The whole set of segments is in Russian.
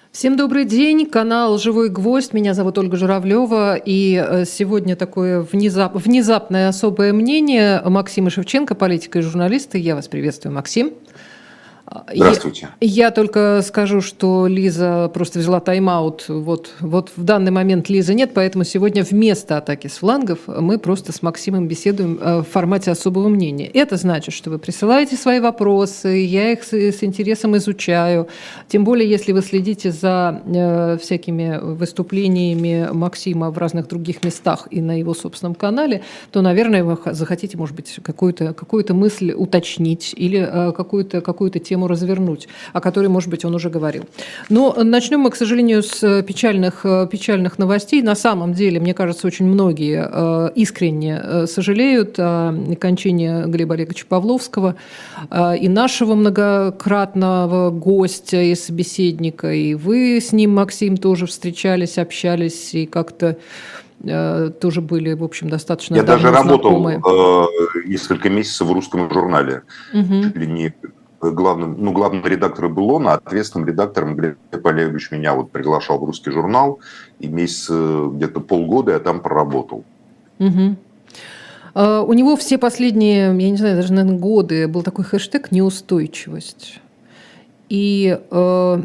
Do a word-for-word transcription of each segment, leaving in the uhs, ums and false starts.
Всем добрый день, канал «Живой гвоздь», меня зовут Ольга Журавлева, и э, сегодня такое внезап... внезапное особое мнение Максима Шевченко, политика и журналиста. Я вас приветствую, Максим. Я, Здравствуйте. я только скажу, что Лиза просто взяла тайм-аут. Вот, вот в данный момент Лизы нет, поэтому сегодня вместо атаки с флангов мы просто с Максимом беседуем в формате особого мнения. Это значит, что вы присылаете свои вопросы, я их с, с интересом изучаю. Тем более, если вы следите за э, всякими выступлениями Максима в разных других местах и на его собственном канале, то, наверное, вы захотите, может быть, какую-то, какую-то мысль уточнить или э, какую-то, какую-то тему развернуть, о которой, может быть, он уже говорил. Но начнем мы, к сожалению, с печальных, печальных новостей. На самом деле, мне кажется, очень многие э, искренне э, сожалеют о кончине Глеба Олеговича Павловского э, и нашего многократного гостя и собеседника. И вы с ним, Максим, тоже встречались, общались и как-то э, тоже были, в общем, достаточно Я давно даже работал знакомы. э, несколько месяцев в русском журнале. Угу. Чуть ли не главным, ну, главным редактором был он, а ответственным редактором Глеб Олегович меня вот приглашал в русский журнал, и месяц, где-то полгода я там проработал. Угу. Uh, у него все последние, я не знаю, даже, наверное, годы был такой хэштег «неустойчивость». И uh,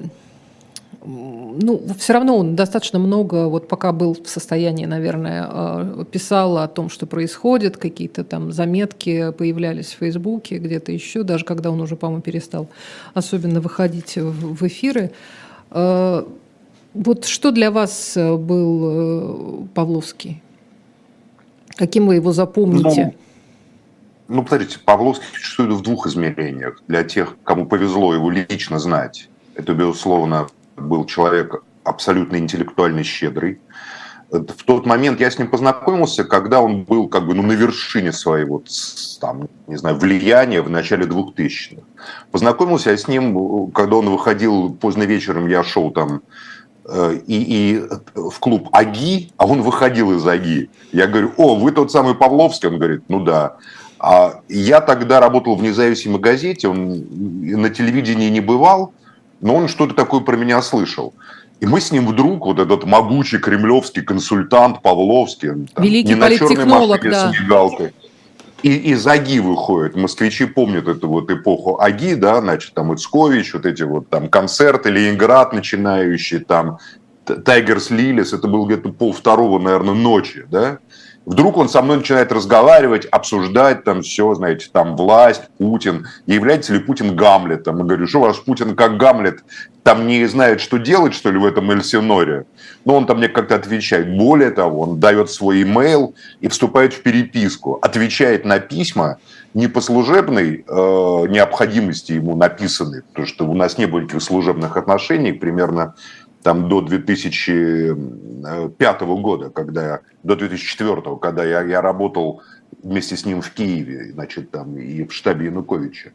ну, все равно он достаточно много, вот пока был в состоянии, наверное, писал о том, что происходит, какие-то там заметки появлялись в Фейсбуке, где-то еще, даже когда он уже, по-моему, перестал особенно выходить в эфиры. Uh, вот что для вас был Павловский? Каким вы его запомните? Ну, ну, посмотрите, Павловский существует в двух измерениях. Для тех, кому повезло его лично знать, это, безусловно, был человек абсолютно интеллектуально щедрый. В тот момент я с ним познакомился, когда он был как бы ну, на вершине своего там, не знаю, влияния в начале двухтысячных. Познакомился я с ним, когда он выходил поздно вечером, я шел там и, и в клуб АГИ, а он выходил из АГИ. Я говорю: о, вы тот самый Павловский? Он говорит: ну да. А я тогда работал в независимой газете, он на телевидении не бывал, но он что-то такое про меня слышал. И мы с ним вдруг, вот этот могучий кремлевский консультант Павловский, там, великий не на черной машине да. с мигалкой, и из АГИ выходит. Москвичи помнят эту вот эпоху АГИ, да, значит, там Ицкович, вот эти вот там концерты, Ленинград начинающий, там Тайгерс Лилис, это было где-то полвторого, наверное, ночи, да. Вдруг он со мной начинает разговаривать, обсуждать там все, знаете, там власть, Путин. Является ли Путин Гамлетом? Я говорю: что ваш Путин как Гамлет там не знает, что делать, что ли, в этом Эльсиноре? Но он там мне как-то отвечает. Более того, он дает свой имейл и вступает в переписку. Отвечает на письма не по служебной э, необходимости ему написанной, потому что у нас не было никаких служебных отношений примерно там до две тысячи пятого года, когда я, до две тысячи четвёртого, когда я, я работал вместе с ним в Киеве, значит, там и в штабе Януковича.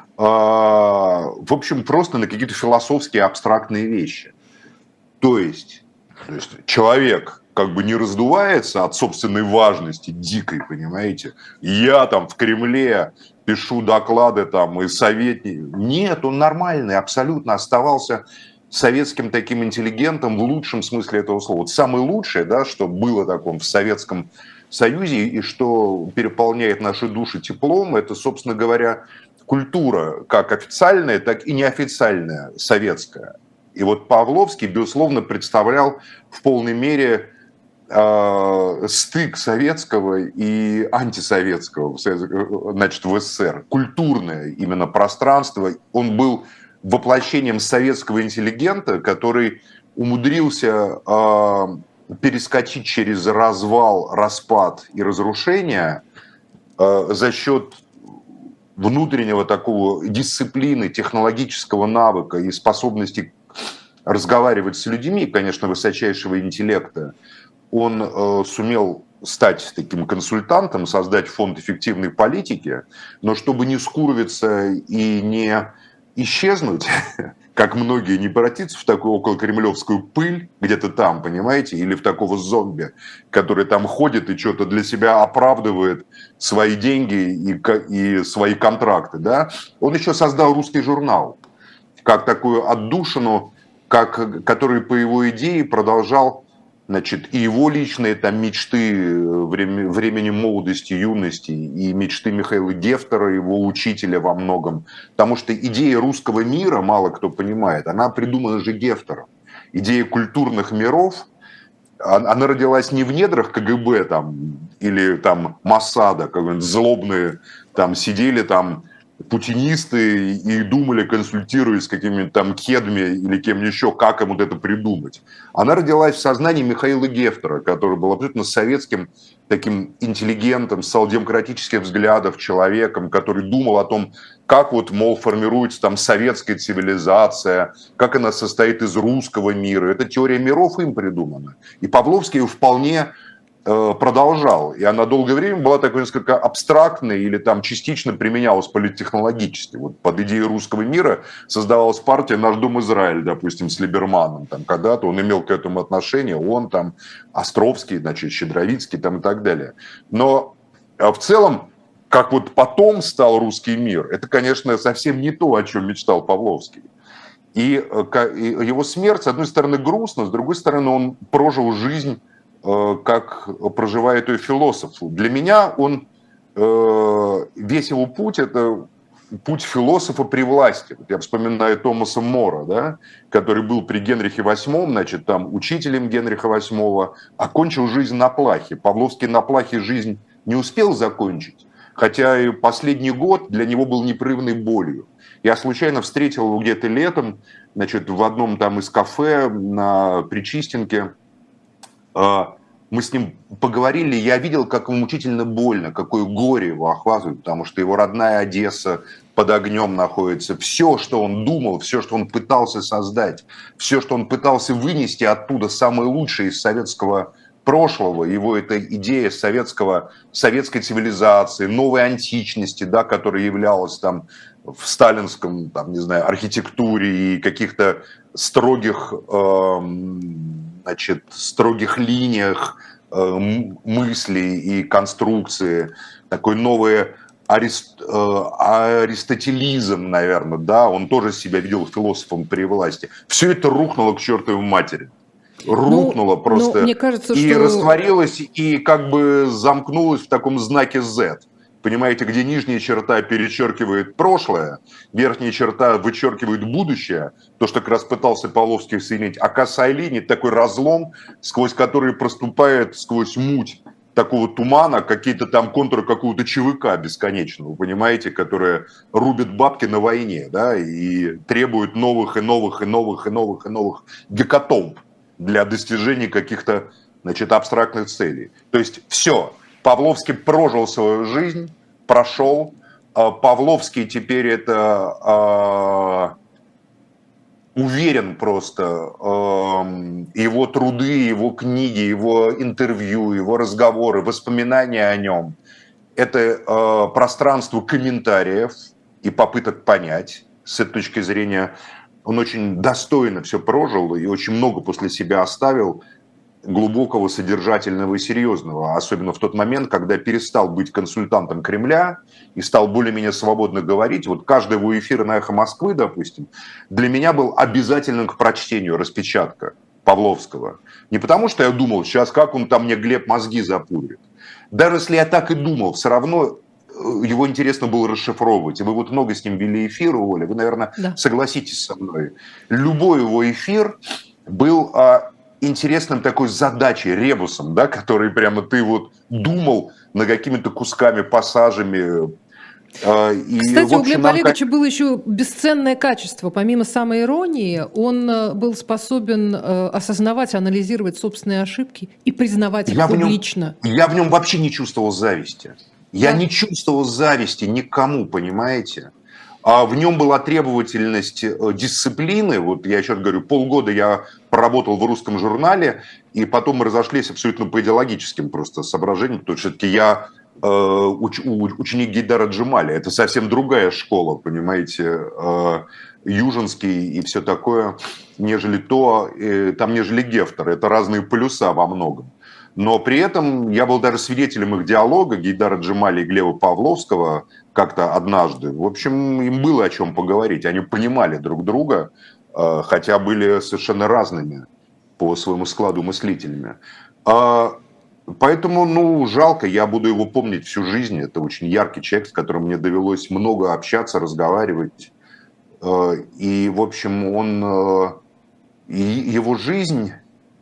А, в общем, просто на какие-то философские абстрактные вещи. То есть, то есть человек как бы не раздувается от собственной важности дикой, понимаете? Я там в Кремле пишу доклады там и советник. Нет, он нормальный, абсолютно оставался советским таким интеллигентом в лучшем смысле этого слова. Вот самое лучшее, да, что было таком в Советском Союзе и что переполняет наши души теплом, это, собственно говоря, культура, как официальная, так и неофициальная советская. И вот Павловский, безусловно, представлял в полной мере э, стык советского и антисоветского, значит, в СССР. Культурное именно пространство. Он был воплощением советского интеллигента, который умудрился э, перескочить через развал, распад и разрушение э, за счет внутреннего такого дисциплины, технологического навыка и способности разговаривать с людьми, конечно, высочайшего интеллекта. Он э, сумел стать таким консультантом, создать фонд эффективной политики, но чтобы не скуровиться и не исчезнуть, как многие, не превратиться в такую околокремлевскую пыль где-то там, понимаете, или в такого зомби, который там ходит и что-то для себя оправдывает свои деньги и, и свои контракты, да. Он еще создал русский журнал, как такую отдушину как, который по его идее продолжал, значит, и его личные там мечты времени, времени молодости, юности, и мечты Михаила Гефтера, его учителя во многом. Потому что идея русского мира, мало кто понимает, она придумана же Гефтером. Идея культурных миров, она родилась не в недрах КГБ там, или там Моссада, как злобные там сидели там путинисты и думали, консультируясь с какими-то там кедами или кем еще, как им вот это придумать. Она родилась в сознании Михаила Гефтера, который был абсолютно советским таким интеллигентом, социал-демократических взглядов человеком, который думал о том, как вот, мол, формируется там советская цивилизация, как она состоит из русского мира. Эта теория миров им придумана. И Павловский вполне продолжал. И она долгое время была такой несколько абстрактной или там частично применялась политтехнологически. Вот под идеей русского мира создавалась партия «Наш дом Израиль», допустим, с Либерманом. Там когда-то он имел к этому отношение, он там, Островский, значит, Щедровицкий там и так далее. Но в целом, как вот потом стал русский мир, это, конечно, совсем не то, о чем мечтал Павловский. И его смерть, с одной стороны, грустна, с другой стороны, он прожил жизнь, как проживает ее философ. Для меня он, весь его путь, это путь философа при власти. Я вспоминаю Томаса Мора, да, который был при Генрихе восьмом, значит, там учителем Генриха восьмого, окончил жизнь на плахе. Павловский на плахе жизнь не успел закончить, хотя и последний год для него был непрерывной болью. Я случайно встретил его где-то летом, значит, в одном там из кафе на Причистенке. Мы с ним поговорили, я видел, как ему мучительно больно, какое горе его охватывает, потому что его родная Одесса под огнем находится. Все, что он думал, все, что он пытался создать, все, что он пытался вынести оттуда, самое лучшее из советского прошлого, его эта идея советского, советской цивилизации, новой античности, да, которая являлась там в сталинском, там, не знаю, архитектуре и каких-то строгих... Эм, значит, строгих линиях э, мыслей и конструкции, такой новый арист, э, аристотелизм, наверное, да, он тоже себя видел философом при власти. Все это рухнуло к чертовой матери. Рухнуло ну, просто. Ну, мне кажется, и что... растворилось, и как бы замкнулось в таком знаке Z. Понимаете, где нижняя черта перечеркивает прошлое, верхняя черта вычеркивает будущее, то, что как раз пытался Павловский соединить, а косая линия, такой разлом, сквозь который проступает сквозь муть такого тумана какие-то там контуры какого-то ЧВК бесконечного, понимаете, которые рубят бабки на войне, да, и требуют новых и новых и новых и новых и новых гекатомб для достижения каких-то, значит, абстрактных целей. То есть все. Павловский прожил свою жизнь, прошел. Павловский теперь это э, уверен просто, э, его труды, его книги, его интервью, его разговоры, воспоминания о нем. Это э, пространство комментариев и попыток понять. С этой точки зрения он очень достойно все прожил и очень много после себя оставил, глубокого, содержательного и серьезного, особенно в тот момент, когда перестал быть консультантом Кремля и стал более-менее свободно говорить. Вот каждый его эфир на «Эхо Москвы», допустим, для меня был обязательным к прочтению распечатка Павловского. Не потому, что я думал, сейчас как он там мне, Глеб, мозги запудрит. Даже если я так и думал, все равно его интересно было расшифровывать. И вы вот много с ним вели эфиры, Оля, вы, наверное, да. согласитесь со мной. Любой его эфир был... интересным такой задачей, ребусом, да, который прямо ты вот думал над какими-то кусками, пассажами. Э, и, Кстати, общем, у Глеба нам... Олеговича было еще бесценное качество. Помимо самоиронии, он был способен э, осознавать, анализировать собственные ошибки и признавать их я публично. В нем, я в нем вообще не чувствовал зависти. Я да. не чувствовал зависти никому, понимаете? А в нем была требовательность дисциплины. Вот я еще говорю, полгода я проработал в русском журнале, и потом мы разошлись абсолютно по идеологическим просто соображениям, потому что все-таки я э, уч, ученик Гейдара Джемаля. Это совсем другая школа, понимаете, э, Южинский и все такое, нежели то, э, там, нежели Гефтер. Это разные полюса во многом. Но при этом я был даже свидетелем их диалога Гейдара Джемаля и Глеба Павловского как-то однажды. В общем, им было о чем поговорить. Они понимали друг друга. хотя были совершенно разными по своему складу мыслителями. Поэтому, ну, жалко, я буду его помнить всю жизнь. Это очень яркий человек, с которым мне довелось много общаться, разговаривать. И, в общем, он... И его жизнь...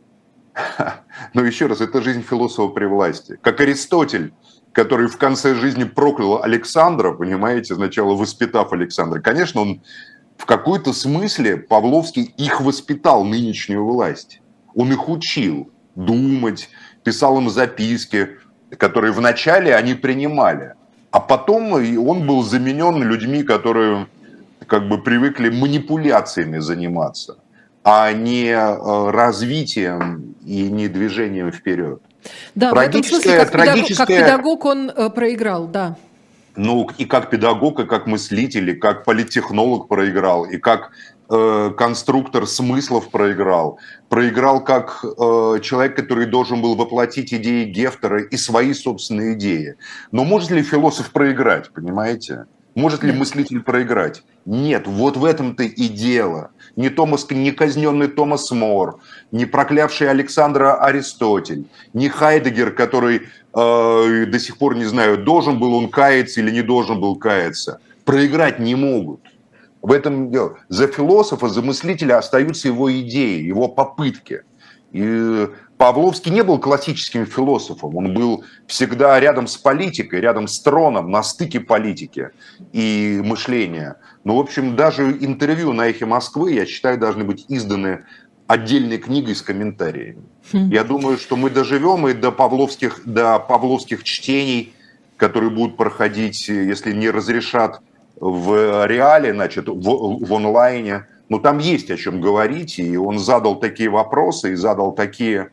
Но еще раз, это жизнь философа при власти. Как Аристотель, который в конце жизни проклял Александра, понимаете, сначала воспитав Александра. Конечно, он в какой-то смысле, Павловский, их воспитал, нынешнюю власть. Он их учил думать, писал им записки, которые вначале они принимали. А потом он был заменен людьми, которые как бы привыкли манипуляциями заниматься, а не развитием и не движением вперед. Да, в этом смысле, как, трагическое... педагог, как педагог он э, проиграл, да. Ну, и как педагог, и как мыслитель, и как политтехнолог проиграл, и как э, конструктор смыслов проиграл. Проиграл как э, человек, который должен был воплотить идеи Гефтера и свои собственные идеи. Но может ли философ проиграть, понимаете? Может ли мыслитель проиграть? Нет, вот в этом-то и дело. Не, Томас, не казненный Томас Мор, не проклявший Александра Аристотель, не Хайдеггер, который э, до сих пор не знаю, должен был он каяться или не должен был каяться. Проиграть не могут. В этом дело. За философа, за мыслителя остаются его идеи, его попытки. И Павловский не был классическим философом, он был всегда рядом с политикой, рядом с троном, на стыке политики и мышления. Ну, в общем, даже интервью на «Эхе Москвы», я считаю, должны быть изданы отдельной книгой с комментариями. Хм. Я думаю, что мы доживем и до павловских, до павловских чтений, которые будут проходить, если не разрешат в реале, значит, в, в онлайне. Но там есть о чем говорить, и он задал такие вопросы, и задал такие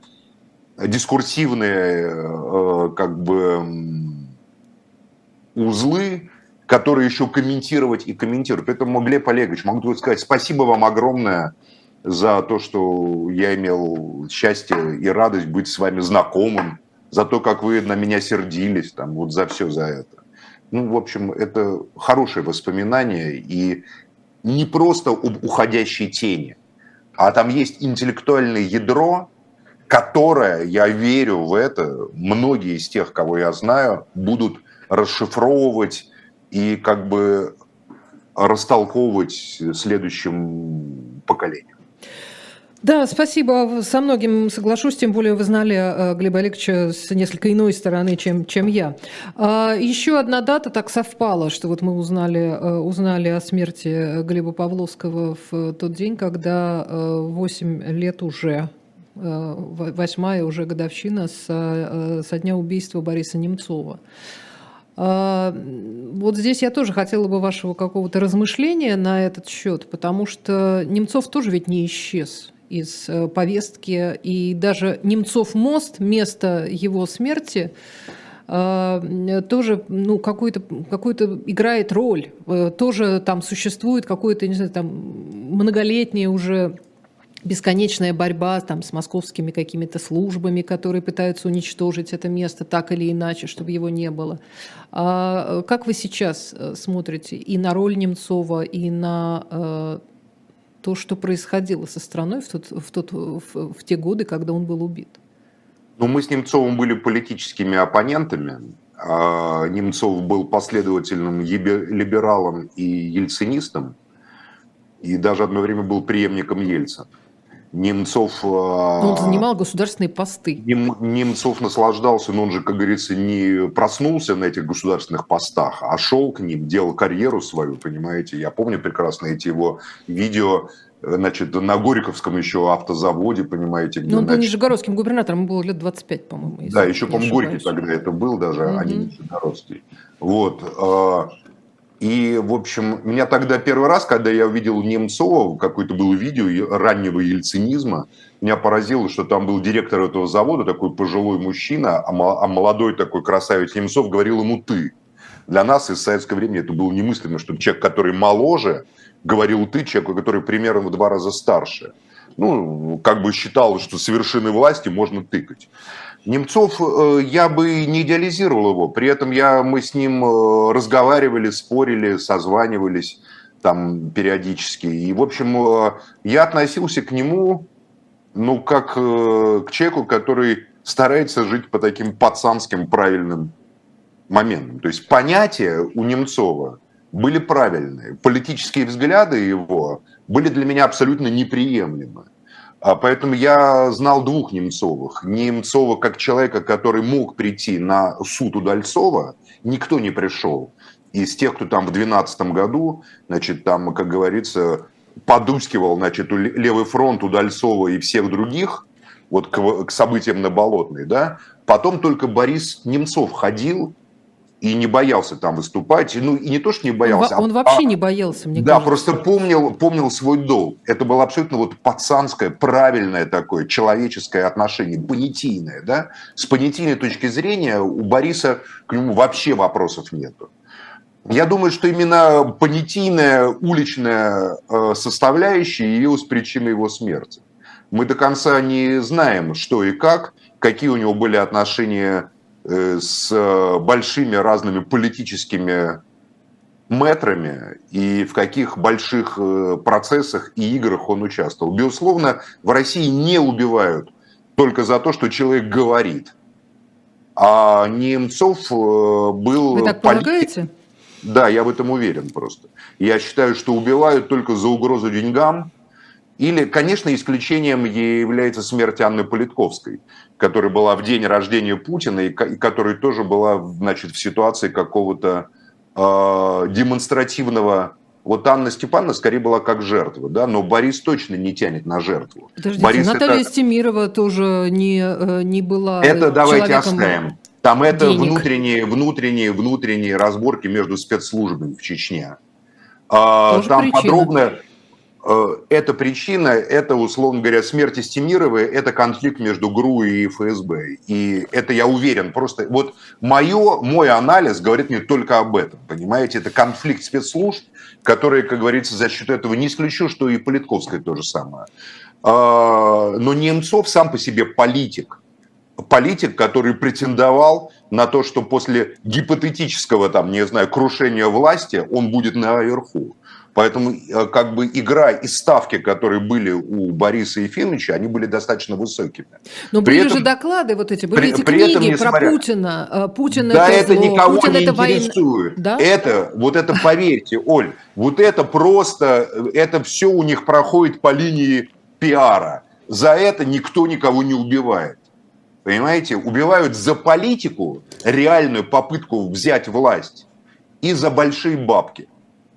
дискурсивные как бы узлы, которые еще комментировать и комментировать. Поэтому, Глеб Олегович, могу сказать спасибо вам огромное за то, что я имел счастье и радость быть с вами знакомым, за то, как вы на меня сердились, там, вот за все за это. Ну, в общем, это хорошее воспоминание, и не просто об уходящей тени, а там есть интеллектуальное ядро, которое, я верю в это, многие из тех, кого я знаю, будут расшифровывать и как бы растолковывать следующим поколениям. Да, спасибо. Со многим соглашусь, тем более вы знали Глеба Олеговича с несколько иной стороны, чем, чем я. Еще одна дата так совпала, что вот мы узнали, узнали о смерти Глеба Павловского в тот день, когда восемь лет уже, восьмая уже годовщина со, со дня убийства Бориса Немцова. Вот здесь я тоже хотела бы вашего какого-то размышления на этот счет, потому что Немцов тоже ведь не исчез из повестки, и даже Немцов мост, место его смерти, тоже ну, какой-то, какой-то играет роль, тоже там существует какое-то, не знаю, там многолетнее уже бесконечная борьба там, с московскими какими-то службами, которые пытаются уничтожить это место так или иначе, чтобы его не было. А как вы сейчас смотрите и на роль Немцова, и на то, что происходило со страной в, тот, в, тот, в, в те годы, когда он был убит? Ну, мы с Немцовым были политическими оппонентами. Немцов был последовательным либералом и ельцинистом, и даже одно время был преемником Ельцина. Немцов... Но он занимал государственные посты. Нем, Немцов наслаждался, но он же, как говорится, не проснулся на этих государственных постах, а шел к ним, делал карьеру свою, понимаете. Я помню прекрасно эти его видео, значит, на Горьковском еще автозаводе, понимаете. Где, но он был значит... нижегородским губернатором, ему было лет двадцать пять, по-моему. Да, еще, по-моему, Горький тогда это был даже, угу. а не Нижегородский. Вот. И, в общем, меня тогда первый раз, когда я увидел Немцова, какое-то было видео раннего ельцинизма, меня поразило, что там был директор этого завода, такой пожилой мужчина, а молодой такой красавец Немцов говорил ему «ты». Для нас из советского времени это было немыслимо, что человек, который моложе, говорил «ты» человеку, который примерно в два раза старше. Ну, как бы считал, что с вершины власти можно тыкать. Немцов, я бы не идеализировал его, при этом я, мы с ним разговаривали, спорили, созванивались. там периодически. И, в общем, я относился к нему, ну, как к человеку, который старается жить по таким пацанским правильным моментам. То есть понятия у Немцова были правильные. Политические взгляды его были для меня абсолютно неприемлемы. Поэтому я знал двух Немцовых. Немцова как человека, который мог прийти на суд Удальцова, никто не пришел. Из тех, кто там в двенадцатом году, значит, там, как говорится, подускивал, значит, левый фронт Удальцова и всех других, вот к, к событиям на Болотной, да, потом только Борис Немцов ходил и не боялся там выступать. Ну, и не то, что не боялся. Он, он а, вообще а, не боялся, мне да, кажется. просто помнил, помнил свой долг. Это было абсолютно вот пацанское, правильное такое человеческое отношение, понятийное, да. С понятийной точки зрения у Бориса к нему вообще вопросов нету. Я думаю, что именно понятийная, уличная составляющая явилась причиной его смерти. Мы до конца не знаем, что и как, какие у него были отношения с большими разными политическими мэтрами и в каких больших процессах и играх он участвовал. Безусловно, в России не убивают только за то, что человек говорит. А Немцов был... Вы так политик... полагаете? Да, я в этом уверен просто. Я считаю, что убивают только за угрозу деньгам. Или, конечно, исключением является смерть Анны Политковской, которая была в день рождения Путина и которая тоже была, значит, в ситуации какого-то э, демонстративного... Вот Анна Степановна скорее была как жертва, да, но Борис точно не тянет на жертву. Подождите, Борис Наталья это... Стемирова тоже не, не была Это давайте человеком оставим. Там это денег. внутренние, внутренние, внутренние разборки между спецслужбами в Чечне. Тоже Там причина. Подробно... Эта причина, это, условно говоря, смерть Стемировой, это конфликт между ГРУ и эф эс бэ. И это я уверен, просто вот мое, мой анализ говорит мне только об этом, понимаете? Это конфликт спецслужб, который, как говорится, за счет этого не исключу, что и Политковская то же самое. Но Немцов сам по себе политик. Политик, который претендовал на то, что после гипотетического, там, не знаю, крушения власти он будет наверху. Поэтому как бы игра и ставки, которые были у Бориса Ефимовича, они были достаточно высокими. Но при были этом, же доклады вот эти, были при, эти при книги этом, про несмотря... Путина. Путин да, это, это зло, никого Путин не это интересует. Война... Да? Это, вот это, поверьте, Оль, вот это просто, это все у них проходит по линии пиара. За это никто никого не убивает. Понимаете? Убивают за политику, реальную попытку взять власть, и за большие бабки.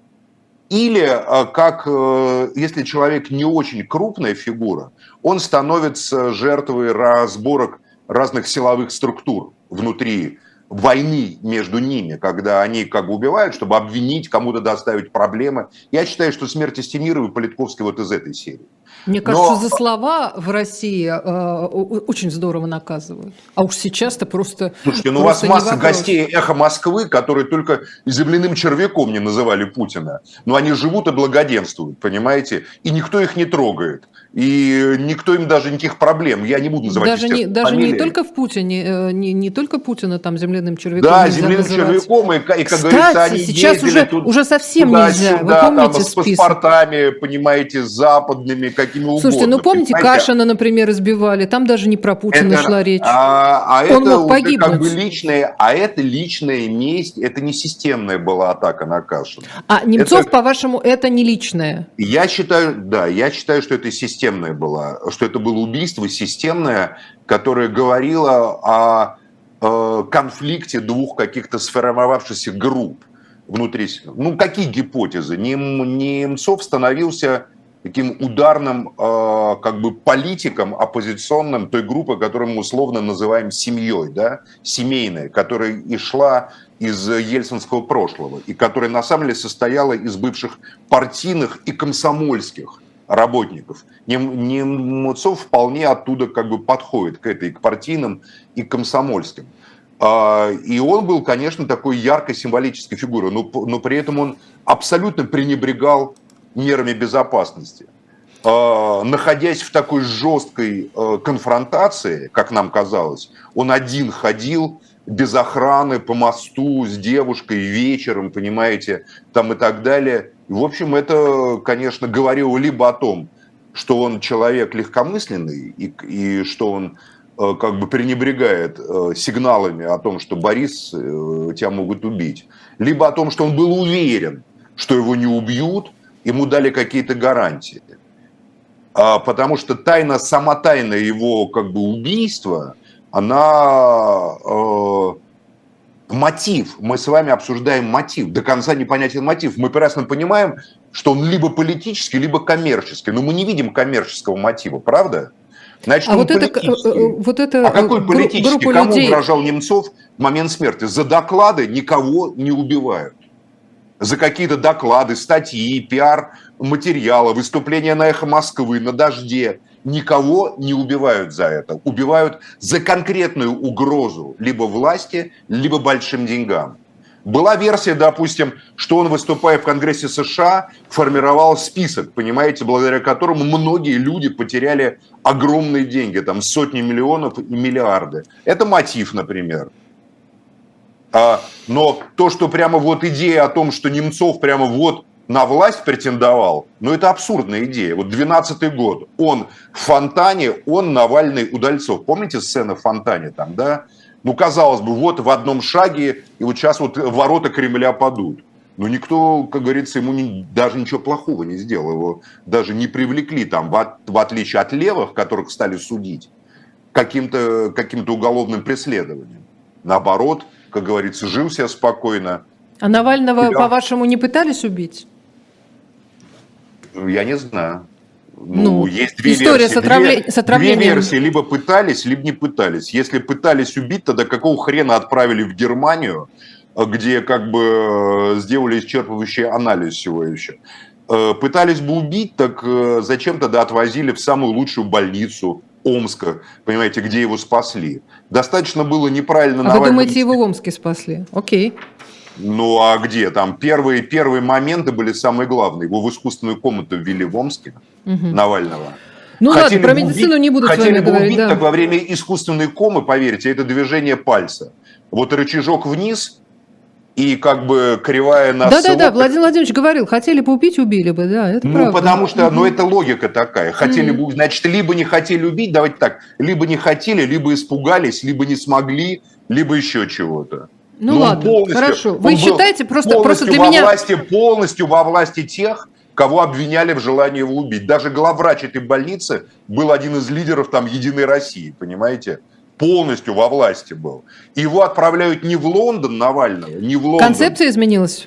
Или, как, если человек не очень крупная фигура, он становится жертвой разборок разных силовых структур внутри войны между ними, когда они как бы убивают, чтобы обвинить, кому-то доставить проблемы. Я считаю, что смерть Стемировой и Политковской вот из этой серии. Мне кажется, Но... за слова в России э, очень здорово наказывают. А уж сейчас-то просто... Слушайте, ну просто у вас масса гостей «Эхо Москвы», которые только земляным червяком не называли Путина. Но они живут и благоденствуют, понимаете? И никто их не трогает. И никто им даже никаких проблем. Я не буду называть, даже не, даже фамилии. не только в Путине, не, не только Путина там земляным червяком. Да, земляным называть. червяком. И, и как Кстати, говорится, они сейчас уже, тут, уже совсем туда, нельзя. Сюда, Вы помните там, с паспортами, понимаете, западными, какими угодно. Слушайте, ну помните, понимаете? Кашина, например, избивали, там даже не про Путина это, шла речь. А, а Он это мог погибнуть. Как бы личная, а это личная месть, это не системная была атака на Кашина. А Немцов, это, по-вашему, это не личное? Я считаю, да, я считаю, что это системная была, что это было убийство системное, которое говорило о, о конфликте двух каких-то сформировавшихся групп внутри. Ну, какие гипотезы? Немцов становился таким ударным э, как бы политиком оппозиционным той группы, которую мы условно называем семьей, да, семейной, которая и шла из ельцинского прошлого, и которая на самом деле состояла из бывших партийных и комсомольских работников. Немцов вполне оттуда как бы подходит к этой, к партийным и комсомольским. И он был, конечно, такой яркой символической фигурой, но, но при этом он абсолютно пренебрегал мерами безопасности. Находясь в такой жесткой конфронтации, как нам казалось, он один ходил без охраны по мосту с девушкой вечером, понимаете, там и так далее. В общем, это, конечно, говорило либо о том, что он человек легкомысленный и, и что он э, как бы пренебрегает э, сигналами о том, что Борис, э, тебя могут убить, либо о том, что он был уверен, что его не убьют, ему дали какие-то гарантии. А, потому что тайна, сама тайна его как бы убийства, она... Э, мотив, мы с вами обсуждаем мотив, до конца непонятен мотив. Мы прекрасно понимаем, что он либо политический, либо коммерческий, но мы не видим коммерческого мотива, правда? Значит, а вот это, вот это а какой политический? Кому людей... угрожал Немцов в момент смерти? За доклады никого не убивают. За какие-то доклады, статьи, пиар-материалы, выступления на «Эхо Москвы», на «Дожде». Никого не убивают за это. Убивают за конкретную угрозу либо власти, либо большим деньгам. Была версия, допустим, что он, выступая в Конгрессе США, формировал список, понимаете, благодаря которому многие люди потеряли огромные деньги, там сотни миллионов и миллиарды. Это мотив, например. Но то, что прямо вот идея о том, что Немцов прямо вот на власть претендовал, ну это абсурдная идея. Вот двенадцатый год, он в фонтане, он Навальный, Удальцов. Помните сцену в фонтане там, да? Ну, казалось бы, вот в одном шаге, и вот сейчас вот ворота Кремля падут. Но никто, как говорится, ему не, даже ничего плохого не сделал. Его даже не привлекли там, в, в отличие от левых, которых стали судить, каким-то каким-то уголовным преследованием. Наоборот, как говорится, жил себе спокойно. А Навального, Я... по-вашему, не пытались убить? Я не знаю. Ну, ну есть две история версии. С, отравле... две, с отравлением. Две версии. Либо пытались, либо не пытались. Если пытались убить, тогда какого хрена отправили в Германию, где как бы сделали исчерпывающий анализ всего еще. Пытались бы убить, так зачем тогда отвозили в самую лучшую больницу Омска, понимаете, где его спасли? Достаточно было неправильно... А Навальному... вы думаете, его в Омске спасли? Окей. Ну, а где? Там первые, первые моменты были самые главные. Его в искусственную комнату ввели в Омске, угу. Навального. Ну хотели ладно, про медицину убить, не буду с вами говорить. Хотели бы убить, да. так во время искусственной комы, поверьте, это движение пальца. Вот рычажок вниз и как бы кривая на Да-да-да, Владимир Владимирович говорил, хотели бы убить, убили бы, да, это ну, правда. потому что, угу. ну, это логика такая. Хотели угу. бы, значит, либо не хотели убить, давайте так, либо не хотели, либо испугались, либо не смогли, либо еще чего-то. Ну, ну ладно, хорошо. Вы считаете, просто, просто для во меня... Власти, полностью во власти тех, кого обвиняли в желании его убить. Даже главврач этой больницы был один из лидеров там «Единой России», понимаете? Полностью во власти был. Его отправляют не в Лондон, Навального, не в Лондон. Концепция изменилась?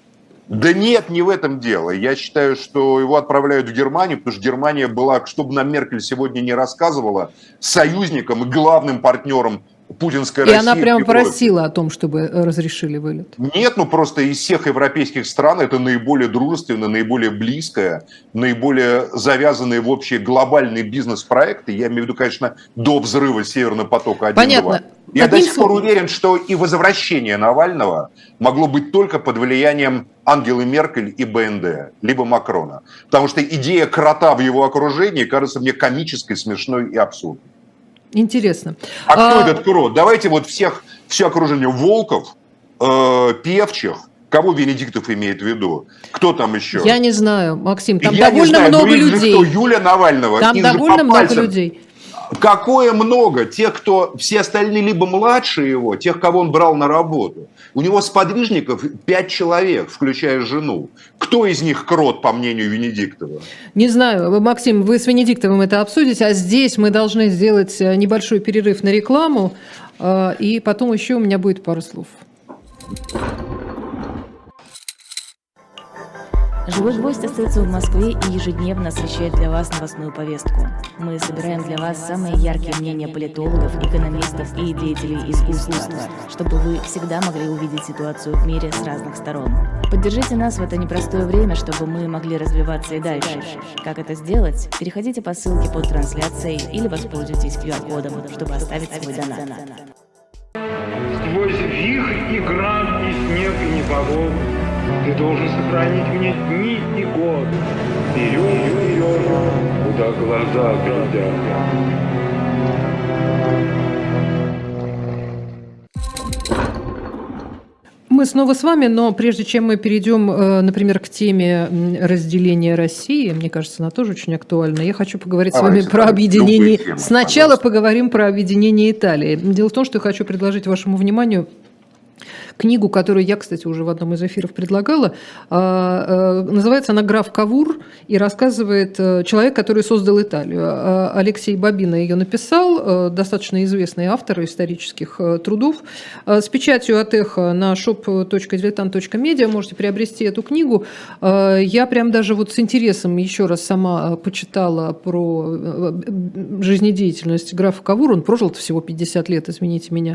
Да нет, не в этом дело. Я считаю, что его отправляют в Германию, потому что Германия была, чтобы нам Меркель сегодня не рассказывала, союзником и главным партнером путинской и России. И она прямо просила о том, чтобы разрешили вылет? Нет, ну просто из всех европейских стран это наиболее дружественное, наиболее близкое, наиболее завязанные в общие глобальные бизнес-проекты. Я имею в виду, конечно, до взрыва Северного потока один-два. Понятно. Я Одним до сих пор уверен, что и возвращение Навального могло быть только под влиянием Ангелы Меркель и Бэ Эн Дэ, либо Макрона. Потому что идея крота в его окружении кажется мне комической, смешной и абсурдной. Интересно. А кто а... этот крот? Давайте вот всех, все окружение Волков, э, Певчих, кого Венедиктов имеет в виду? Кто там еще? Я не знаю, Максим, там Я довольно знаю, много ну, людей. Кто? Юля Навального. Там их довольно много людей. Какое много? Те, кто, все остальные либо младше его, тех, кого он брал на работу. У него сподвижников пять человек, включая жену. Кто из них крот, по мнению Венедиктова? Не знаю. Максим, вы с Венедиктовым это обсудите, а здесь мы должны сделать небольшой перерыв на рекламу, и потом еще у меня будет пару слов. «Живой гвоздь» остается в Москве и ежедневно освещает для вас новостную повестку. Мы собираем для вас самые яркие мнения политологов, экономистов и деятелей искусства, чтобы вы всегда могли увидеть ситуацию в мире с разных сторон. Поддержите нас в это непростое время, чтобы мы могли развиваться и дальше. Как это сделать? Переходите по ссылке под трансляцией или воспользуйтесь ку ар-кодом, чтобы оставить свой донат. Сквозь вихрь и град, и снег, и непогоду ты должен сохранить мне дни и годы. Вперед, вперед, куда глаза глядят. Мы мы снова с вами, но прежде чем мы перейдем, например, к теме разделения России, мне кажется, она тоже очень актуальна, я хочу поговорить Давайте, с вами про объединение. Темы, Сначала пожалуйста. поговорим про объединение Италии. Дело в том, что я хочу предложить вашему вниманию книгу, которую я, кстати, уже в одном из эфиров предлагала. Называется она «Граф Кавур» и рассказывает человек, который создал Италию. Алексей Бабина ее написал, достаточно известный автор исторических трудов. С печатью от «Эхо» на шоп точка дилетант точка медиа можете приобрести эту книгу. Я прям даже вот с интересом еще раз сама почитала про жизнедеятельность графа Кавура. Он прожил всего пятьдесят лет, извините меня.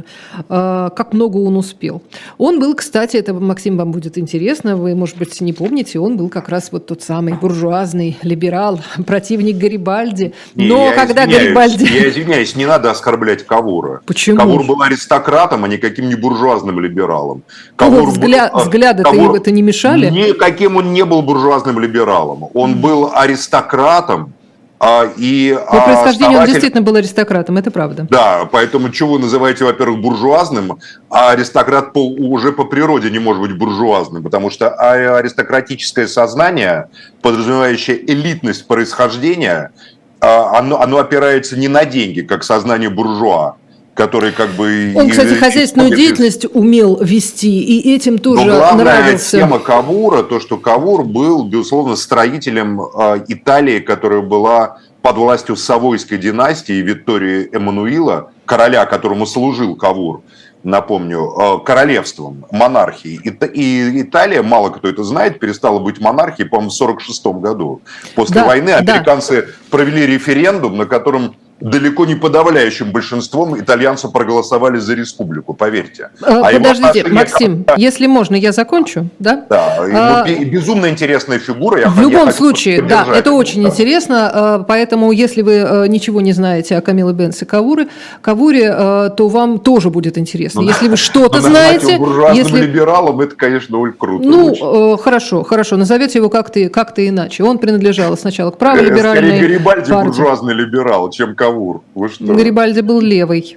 Как много он успел. Он был, кстати, это, Максим, вам будет интересно, вы, может быть, не помните, он был как раз вот тот самый буржуазный либерал, противник Гарибальди. Не, Но я когда извиняюсь, Гарибальди... Я извиняюсь, не надо оскорблять Кавура. Почему? Кавур был аристократом, а никаким не буржуазным либералом. Кавур ну, взгля... был... Взгляды-то Кавур... его это не мешали? Никаким он не был буржуазным либералом. Он mm. был аристократом. А, и, По происхождению основатель... он действительно был аристократом, это правда. Да, поэтому чего вы называете, во-первых, буржуазным, а аристократ по, уже по природе не может быть буржуазным, потому что аристократическое сознание, подразумевающее элитность происхождения, оно, оно опирается не на деньги, как сознание буржуа, который как бы... Он, кстати, хозяйственную деятельность умел вести, и этим тоже Но главная нравился. Тема Кавура, то, что Кавур был, безусловно, строителем э, Италии, которая была под властью Савойской династии Виктории Эммануила, короля, которому служил Кавур, напомню, э, королевством, монархией. И, и Италия, мало кто это знает, перестала быть монархией, по-моему, в сорок шестом году. После да, войны американцы да. провели референдум, на котором далеко не подавляющим большинством итальянцы проголосовали за республику, поверьте. А Подождите, Максим, к... если можно, я закончу, да? Да, а... ну, безумно интересная фигура. Я в любом я случае, да, это очень да. интересно, поэтому если вы ничего не знаете о Камиле Бенце Кавуре, Кавуре, то вам тоже будет интересно. Ну, если вы что-то знаете... буржуазным либералом, это, конечно, очень круто. Ну, очень. хорошо, хорошо, назовете его как-то, как-то иначе. Он принадлежал сначала к правой либеральной Скорее, Гарибальди партии. буржуазный либерал, чем Кавур. Вы что? Гарибальди был левый.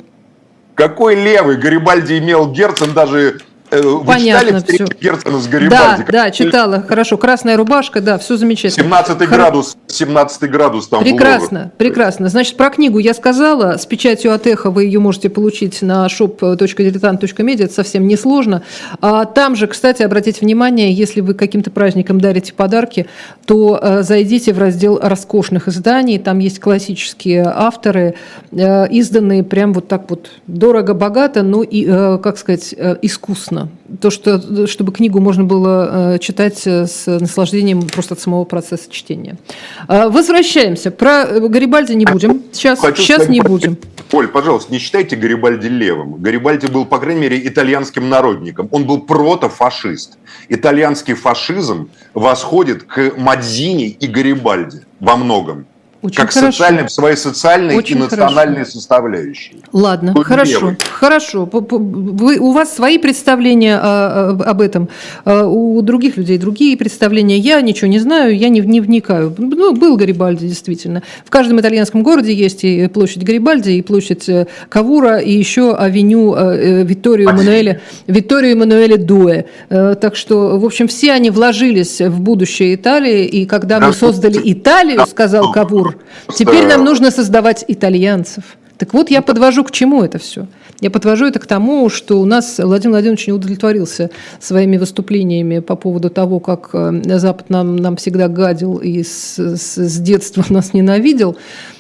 Какой левый? Гарибальди имел Герцен даже... Понятно, все. Герцена с Гарибальди? Да, да, читала. Хорошо. Красная рубашка, да, все замечательно. семнадцатый Хор... градус, семнадцатый градус там. Прекрасно, прекрасно. Значит, про книгу я сказала. С печатью от «Эхо» вы ее можете получить на шоп точка дилетант точка медиа. Это совсем несложно. А там же, кстати, обратите внимание, если вы каким-то праздникам дарите подарки, то э, зайдите в раздел роскошных изданий. Там есть классические авторы, э, изданные прям вот так вот дорого-богато, но и, э, как сказать, э, искусно. То, что, чтобы книгу можно было э, читать с наслаждением просто от самого процесса чтения. Э, возвращаемся. Про Гарибальди не будем. Сейчас, Хочу сейчас сказать, не будем. Оль, пожалуйста, не считайте Гарибальди левым. Гарибальди был, по крайней мере, итальянским народником. Он был протофашист. Итальянский фашизм восходит к Мадзини и Гарибальди во многом. Очень как хорошо. Социальной, в своей социальной Очень и национальной хорошо. составляющей. Ладно, Будь хорошо, левый. хорошо. Вы, у вас свои представления а, об этом, а, у других людей другие представления. Я ничего не знаю, я не, не вникаю. Ну, был Гарибальди, действительно. В каждом итальянском городе есть и площадь Гарибальди, и площадь Кавура, и еще авеню Витторио Эммануэля, Витторио Эммануэля Дуэ. Так что, в общем, все они вложились в будущее Италии, и когда мы создали Италию, сказал Кавур, теперь нам нужно создавать итальянцев. Так вот, я подвожу к чему это все? Я подвожу это к тому, что у нас Владимир Владимирович не удовлетворился своими выступлениями по поводу того, как Запад нам, нам всегда гадил и с, с, с детства нас ненавидел.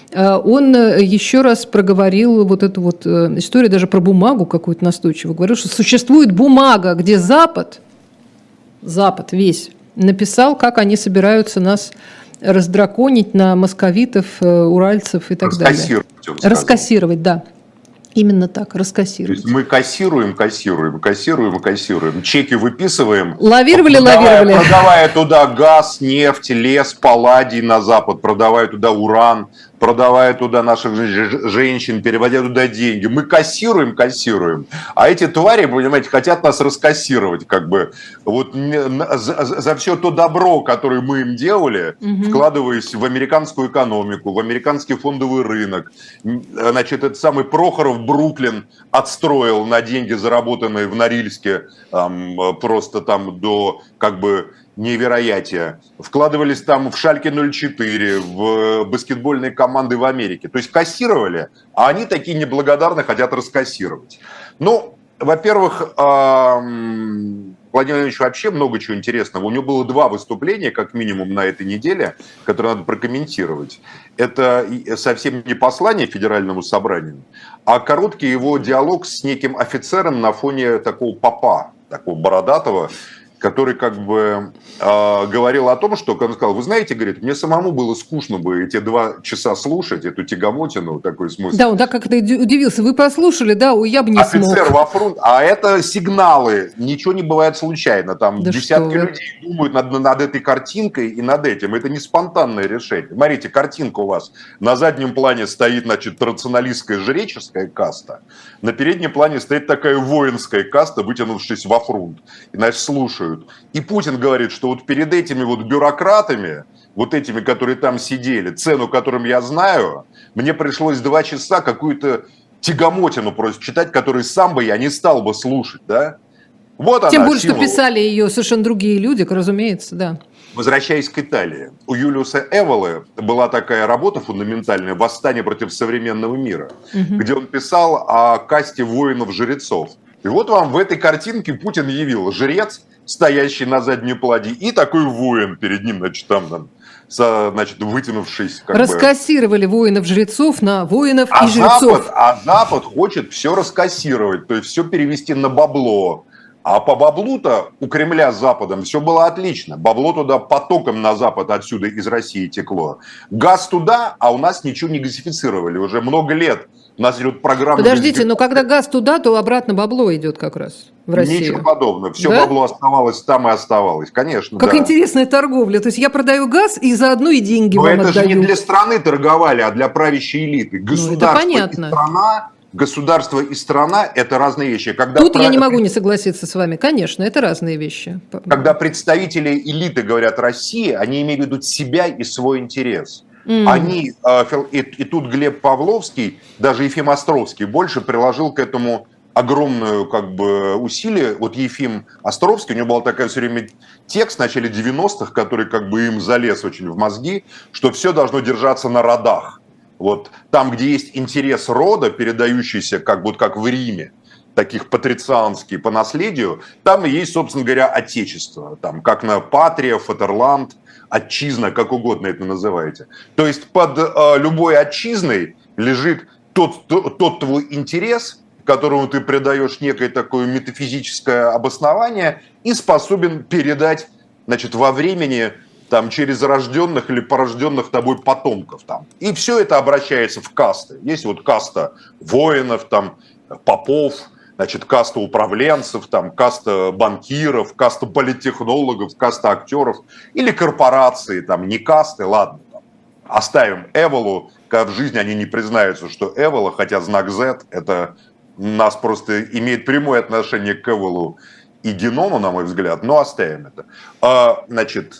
Он еще раз проговорил вот эту вот историю, даже про бумагу какую-то настойчивую. Говорил, что существует бумага, где Запад, Запад весь, написал, как они собираются нас раздраконить на московитов, уральцев и так далее. Раскассировать, да. Именно так, раскассировать. То есть мы кассируем, кассируем, кассируем, кассируем, чеки выписываем. Лавировали, продавая, лавировали. Продавая туда газ, нефть, лес, палладий на Запад, продавая туда уран, продавая туда наших женщин, переводя туда деньги. Мы кассируем, кассируем. А эти твари, понимаете, хотят нас раскассировать, как бы, вот за, за все то добро, которое мы им делали, угу. вкладываясь в американскую экономику, в американский фондовый рынок. Значит, этот самый Прохоров Бруклин отстроил на деньги, заработанные в Норильске, там, просто там до, как бы, невероятия. Вкладывались там в Шальке ноль четыре, в баскетбольные команды в Америке. То есть кассировали, а они такие неблагодарные, хотят раскассировать. Ну, во-первых, Владимир Владимирович вообще много чего интересного. У него было два выступления, как минимум, на этой неделе, которые надо прокомментировать. Это совсем не послание Федеральному собранию, а короткий его диалог с неким офицером на фоне такого попа, такого бородатого, который как бы э, говорил о том, что, он сказал, вы знаете, говорит, мне самому было скучно бы эти два часа слушать, эту тягомотину, такой смысл. Да, он так как-то удивился. Вы послушали, да, ой, я бы не Офицер смог. Офицер во фронт, а это сигналы, ничего не бывает случайно. Там да десятки людей думают над, над этой картинкой и над этим. Это не спонтанное решение. Смотрите, картинка у вас. На заднем плане стоит, значит, рационалистская жреческая каста. На переднем плане стоит такая воинская каста, вытянувшись во фронт. И, значит, слушают. И Путин говорит, что вот перед этими вот бюрократами, вот этими, которые там сидели, цену которым я знаю, мне пришлось два часа какую-то тягомотину просто читать, которую сам бы я не стал бы слушать, да? Вот Тем она, более, символ. Что писали ее совершенно другие люди, разумеется, да. Возвращаясь к Италии, у Юлиуса Эволы была такая работа фундаментальная «Восстание против современного мира», угу. где он писал о касте воинов-жрецов. И вот вам в этой картинке Путин явил жрец, стоящий на заднем плане, и такой воин перед ним, значит, там, там со, значит, вытянувшись. Как Раскассировали бы. Воинов-жрецов на воинов а и жрецов. Запад, а Запад хочет все раскассировать, то есть все перевести на бабло. А по баблу-то у Кремля с Западом все было отлично. Бабло туда потоком на Запад отсюда из России текло. Газ туда, а у нас ничего не газифицировали. Уже много лет у нас идет программа... Подождите, но когда газ туда, то обратно бабло идет как раз в Россию. Ничего подобного. Все да? бабло оставалось там и оставалось. Конечно, Как да. интересная торговля. То есть я продаю газ и заодно и деньги но вам это отдаю. же не для страны торговали, а для правящей элиты. Государство ну, это понятно. и страна... Государство и страна – это разные вещи. Когда Тут про... я не могу не согласиться с вами. Конечно, это разные вещи. Когда представители элиты говорят «Россия», они имеют в виду себя и свой интерес. Mm. Они, и, и тут Глеб Павловский, даже Ефим Островский, больше приложил к этому огромное как бы, усилие. Вот Ефим Островский, у него был такой все время текст в начале девяностых, который как бы им залез очень в мозги, что все должно держаться на родах. Вот там, где есть интерес рода, передающийся как будто как в Риме, таких патрицианский по наследию, там и есть, собственно говоря, отечество. Там, как на Патрия, Фатерланд, отчизна, как угодно это называете. То есть под э, любой отчизной лежит тот, тот, тот твой интерес, которому ты придаешь некое такое метафизическое обоснование и способен передать, значит, во времени там, через рожденных или порожденных тобой потомков. Там. И все это обращается в касты. Есть вот каста воинов, там, попов, значит, каста управленцев, там, каста банкиров, каста политтехнологов, каста актеров или корпорации, там, не касты, ладно. Там. Оставим Эволу, когда в жизни они не признаются, что Эвола, хотя знак Z, это нас просто имеет прямое отношение к Эволу и геному, на мой взгляд, но оставим это. А, значит,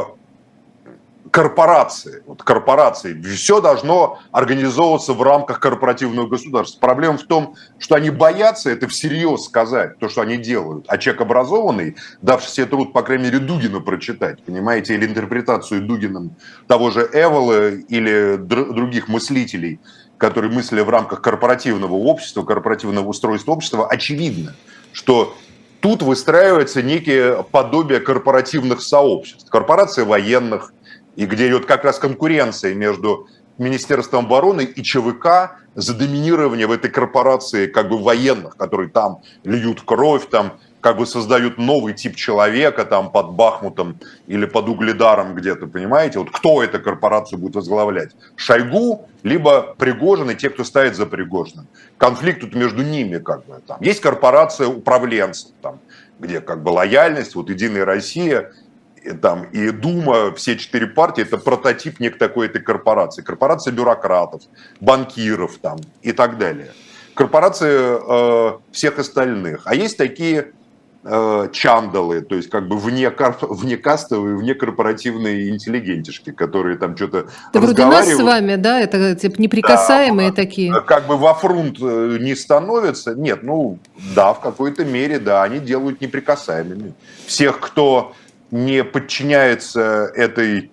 корпорации, вот корпорации, все должно организовываться в рамках корпоративного государства. Проблема в том, что они боятся это всерьез сказать, то, что они делают. А человек образованный, давший себе труд, по крайней мере, Дугина прочитать, понимаете, или интерпретацию Дугиным того же Эвола или др- других мыслителей, которые мыслили в рамках корпоративного общества, корпоративного устройства общества, очевидно, что тут выстраивается некие подобие корпоративных сообществ. Корпорации военных, и где идет как раз конкуренция между Министерством обороны и ЧВК за доминирование в этой корпорации как бы военных, которые там льют кровь, там как бы создают новый тип человека там под Бахмутом или под Угледаром где-то, понимаете? Вот кто эту корпорацию будет возглавлять? Шойгу, либо Пригожин и те, кто стоит за Пригожиным. Конфликт тут между ними как бы. Там. Есть корпорация управленцев, там, где как бы лояльность, вот Единая Россия, и, там, и Дума, все четыре партии, это прототип некой такой этой корпорации. Корпорация бюрократов, банкиров там, и так далее. Корпорации э, всех остальных. А есть такие э, чандалы, то есть как бы вне, внекастовые, внекорпоративные интеллигентишки, которые там что-то это разговаривают. Вроде нас с вами, да? Это типа неприкасаемые да, такие. Как бы во фрунт не становятся. Нет, ну да, в какой-то мере, да, они делают неприкасаемыми. Всех, кто не подчиняется этой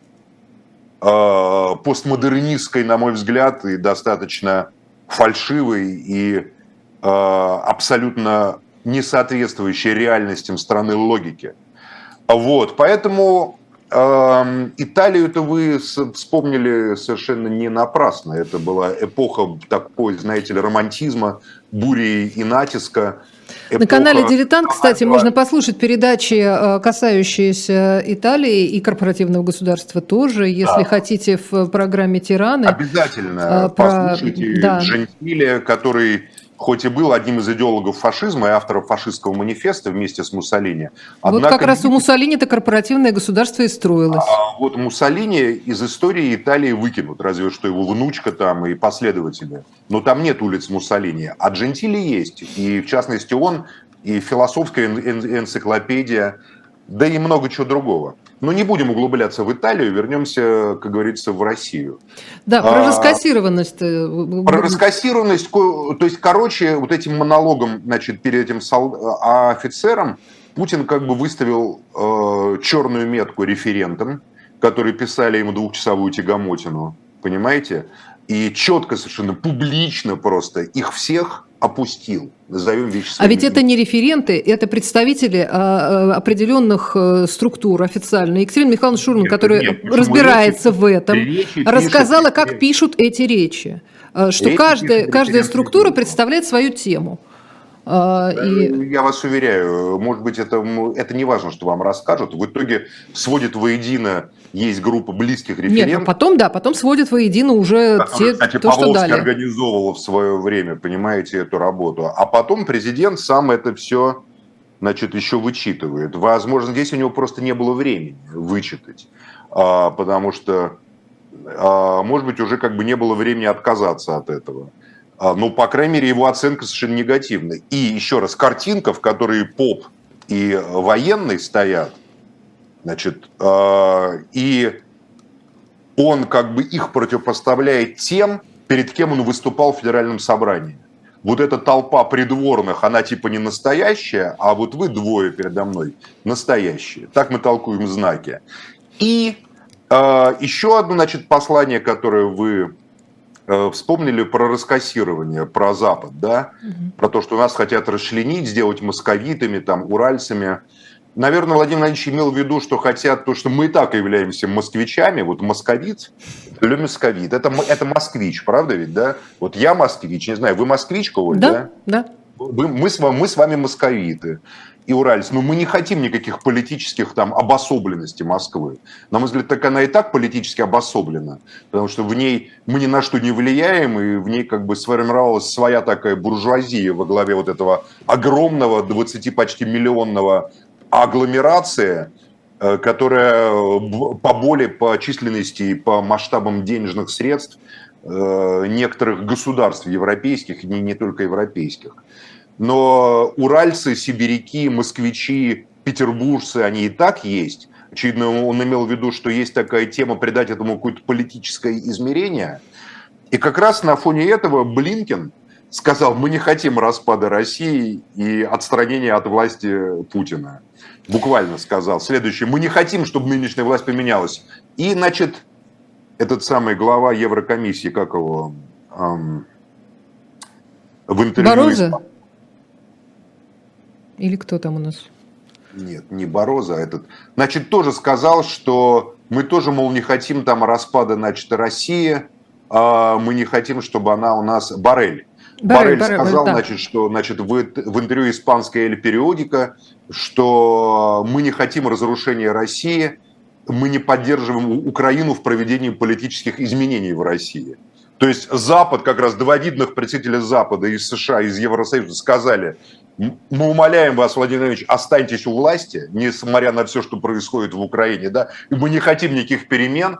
э, постмодернистской, на мой взгляд, и достаточно фальшивой и э, абсолютно не соответствующей реальностям страны логики. Вот, поэтому э, Италию-то вы вспомнили совершенно не напрасно. Это была эпоха такой, знаете ли, романтизма, бури и натиска. Эпоха... На канале «Дилетант», кстати, можно послушать передачи, касающиеся Италии и корпоративного государства тоже, если да. хотите, в программе «Тираны». Обязательно про... послушайте да. Джентиле, который хоть и был одним из идеологов фашизма и авторов фашистского манифеста вместе с Муссолини. Вот как раз у Муссолини это корпоративное государство и строилось. А вот Муссолини из истории Италии выкинут, разве что его внучка там и последователи. Но там нет улиц Муссолини. А Джентиле есть. И в частности он, и философская энциклопедия, да и много чего другого. Но не будем углубляться в Италию, вернемся, как говорится, в Россию. Да, про а, раскассированность. Про раскассированность, то есть, короче, вот этим монологом, значит, перед этим сол... офицером Путин как бы выставил э, черную метку референтам, которые писали ему двухчасовую тягомотину, понимаете? И четко, совершенно публично просто их всех опустил. Назовем вещи а ведь это не референты, это представители а, определенных а, структур официально. Екатерина Михайловна Шурман, которая нет, разбирается речи, в этом, рассказала, пишет, как пишут эти речи. Что речи каждая, каждая структура речи. представляет свою тему. А, и... Я вас уверяю, может быть, это, это не важно, что вам расскажут. В итоге сводит воедино, есть группа близких референтов. Нет, ну потом, да, потом сводят воедино уже которые, те, кстати, то, что дали. организовывал в свое время, понимаете, эту работу. А потом президент сам это все, значит, еще вычитывает. Возможно, здесь у него просто не было времени вычитать, потому что, может быть, уже как бы не было времени отказаться от этого. Ну, по крайней мере, его оценка совершенно негативная. И еще раз, картинка, в которой поп и военный стоят, значит, и он как бы их противопоставляет тем, перед кем он выступал в федеральном собрании. Вот эта толпа придворных, она типа не настоящая, а вот вы двое передо мной настоящие. Так мы толкуем знаки. И еще одно, значит, послание, которое вы... вспомнили про раскассирование, про Запад, да, угу. про то, что нас хотят расчленить, сделать московитами, там, уральцами. Наверное, Владимир Владимирович имел в виду, что хотят то, что мы и так являемся москвичами. Вот московит, или московит, это, это москвич, правда ведь, да? Вот я москвич, не знаю, вы москвичка, Оль, да? Да, да. Вы, мы, с вами, мы с вами московиты и уральцы. Но мы не хотим никаких политических там обособленностей Москвы. На мой взгляд, так она и так политически обособлена, потому что в ней мы ни на что не влияем, и в ней как бы сформировалась своя такая буржуазия во главе вот этого огромного, двадцати почти миллионного агломерация, которая по боли, по численности и по масштабам денежных средств некоторых государств европейских, и не, не только европейских. Но уральцы, сибиряки, москвичи, петербуржцы, они и так есть. Очевидно, он имел в виду, что есть такая тема придать этому какое-то политическое измерение. И как раз на фоне этого Блинкен сказал, мы не хотим распада России и отстранения от власти Путина. Буквально сказал. Следующее, мы не хотим, чтобы нынешняя власть поменялась. И, значит, этот самый глава Еврокомиссии, как его, эм, в интервью... Бароза? Или кто там у нас? Нет, не Бароза, а этот. Значит, тоже сказал, что мы тоже, мол, не хотим там распада, значит, России, а мы не хотим, чтобы она у нас... Боррель. Боррель, Боррель сказал, да. значит, что значит, в, в интервью испанской «Эль Периодика», что мы не хотим разрушения России, мы не поддерживаем Украину в проведении политических изменений в России. То есть Запад, как раз два видных представителя Запада из США, из Евросоюза сказали: мы умоляем вас, Владимир Владимирович, останьтесь у власти, несмотря на все, что происходит в Украине, да, и мы не хотим никаких перемен.